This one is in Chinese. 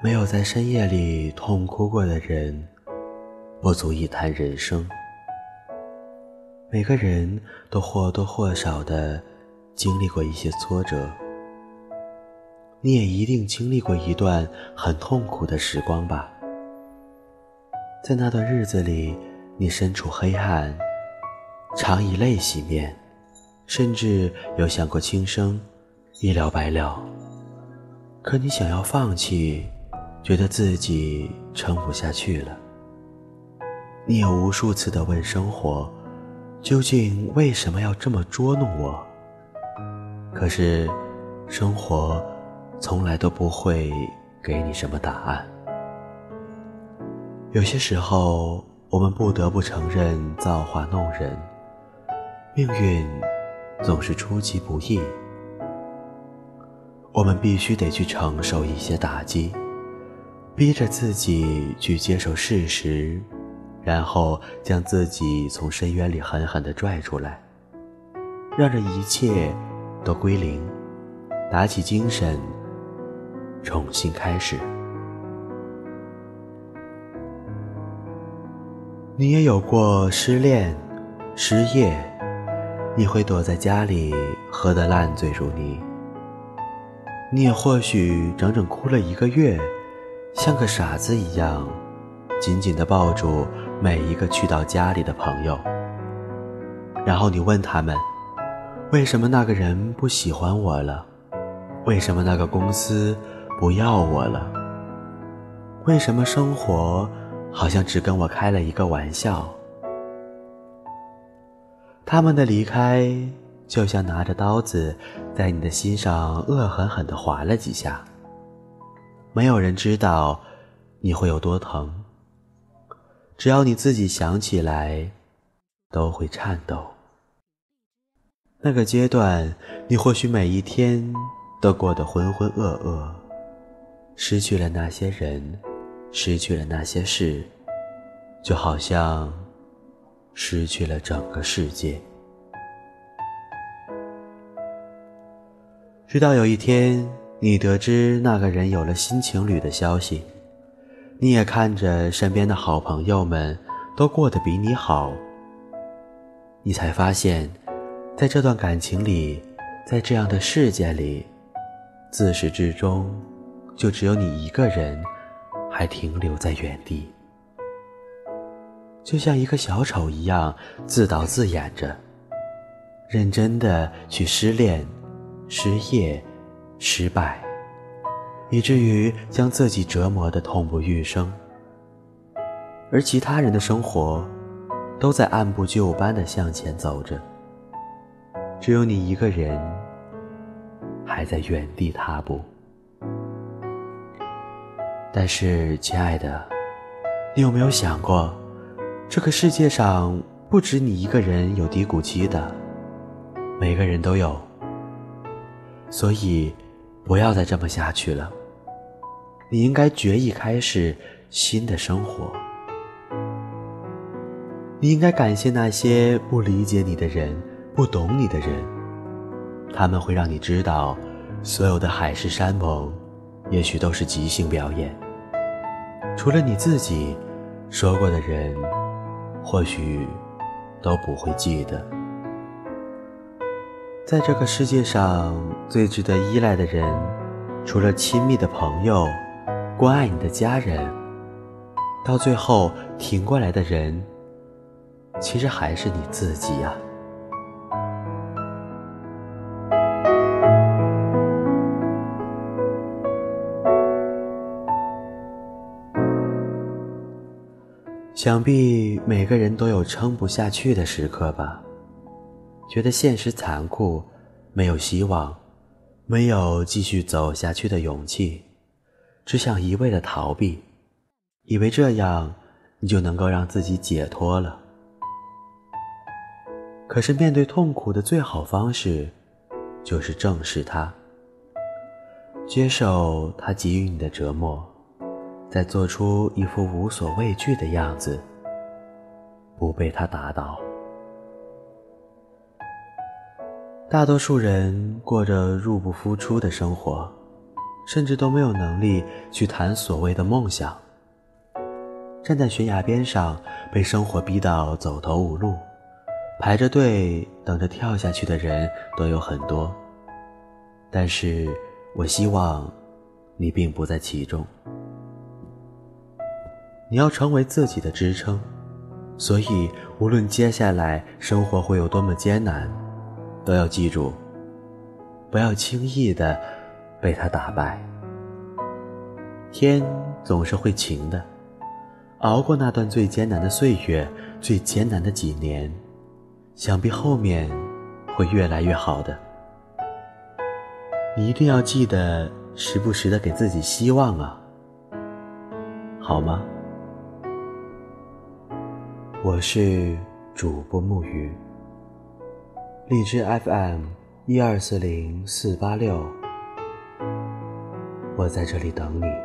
没有在深夜里痛哭过的人，不足以谈人生。每个人都或多或少地经历过一些挫折，你也一定经历过一段很痛苦的时光吧。在那段日子里，你身处黑暗，常以泪洗面，甚至有想过轻生，一了百了。可你想要放弃，觉得自己撑不下去了。你也无数次地问生活，究竟为什么要这么捉弄我？可是生活从来都不会给你什么答案。有些时候，我们不得不承认造化弄人，命运总是出其不意。我们必须得去承受一些打击，逼着自己去接受事实，然后将自己从深渊里狠狠地拽出来，让这一切都归零，打起精神，重新开始。你也有过失恋、失业，你会躲在家里喝得烂醉如泥。你也或许整整哭了1个月，像个傻子一样紧紧地抱住每一个去到家里的朋友，然后你问他们，为什么那个人不喜欢我了？为什么那个公司不要我了？为什么生活好像只跟我开了一个玩笑？他们的离开就像拿着刀子在你的心上恶狠狠地划了几下，没有人知道你会有多疼，只要你自己想起来都会颤抖。那个阶段，你或许每一天都过得浑浑噩噩，失去了那些人，失去了那些事，就好像失去了整个世界。直到有一天，你得知那个人有了新情侣的消息，你也看着身边的好朋友们都过得比你好，你才发现，在这段感情里，在这样的世界里，自始至终就只有你一个人还停留在原地，就像一个小丑一样自导自演着，认真的去失恋、失业、失败，以至于将自己折磨得痛不欲生。而其他人的生活都在按部就班地向前走着，只有你一个人还在原地踏步。但是亲爱的，你有没有想过，这个世界上不止你一个人有低谷期的，每个人都有。所以不要再这么下去了，你应该决意开始新的生活。你应该感谢那些不理解你的人，不懂你的人，他们会让你知道，所有的海誓山盟也许都是即兴表演，除了你自己，说过的人或许都不会记得。在这个世界上，最值得依赖的人，除了亲密的朋友，关爱你的家人，到最后挺过来的人，其实还是你自己呀。想必每个人都有撑不下去的时刻吧，觉得现实残酷，没有希望，没有继续走下去的勇气，只想一味地逃避，以为这样你就能够让自己解脱了。可是面对痛苦的最好方式，就是正视它，接受它给予你的折磨，再做出一副无所畏惧的样子，不被它打倒。大多数人过着入不敷出的生活， 甚至都没有能力去谈所谓的梦想。站在悬崖边上，被生活逼到走投无路，排着队等着跳下去的人都有很多，但是我希望你并不在其中。你要成为自己的支撑，所以无论接下来生活会有多么艰难，都要记住，不要轻易地被它打败。天总是会晴的，熬过那段最艰难的岁月，最艰难的几年，想必后面会越来越好的。你一定要记得时不时地给自己希望啊，好吗？我是主播木鱼，荔枝 FM1240486，我在这里等你。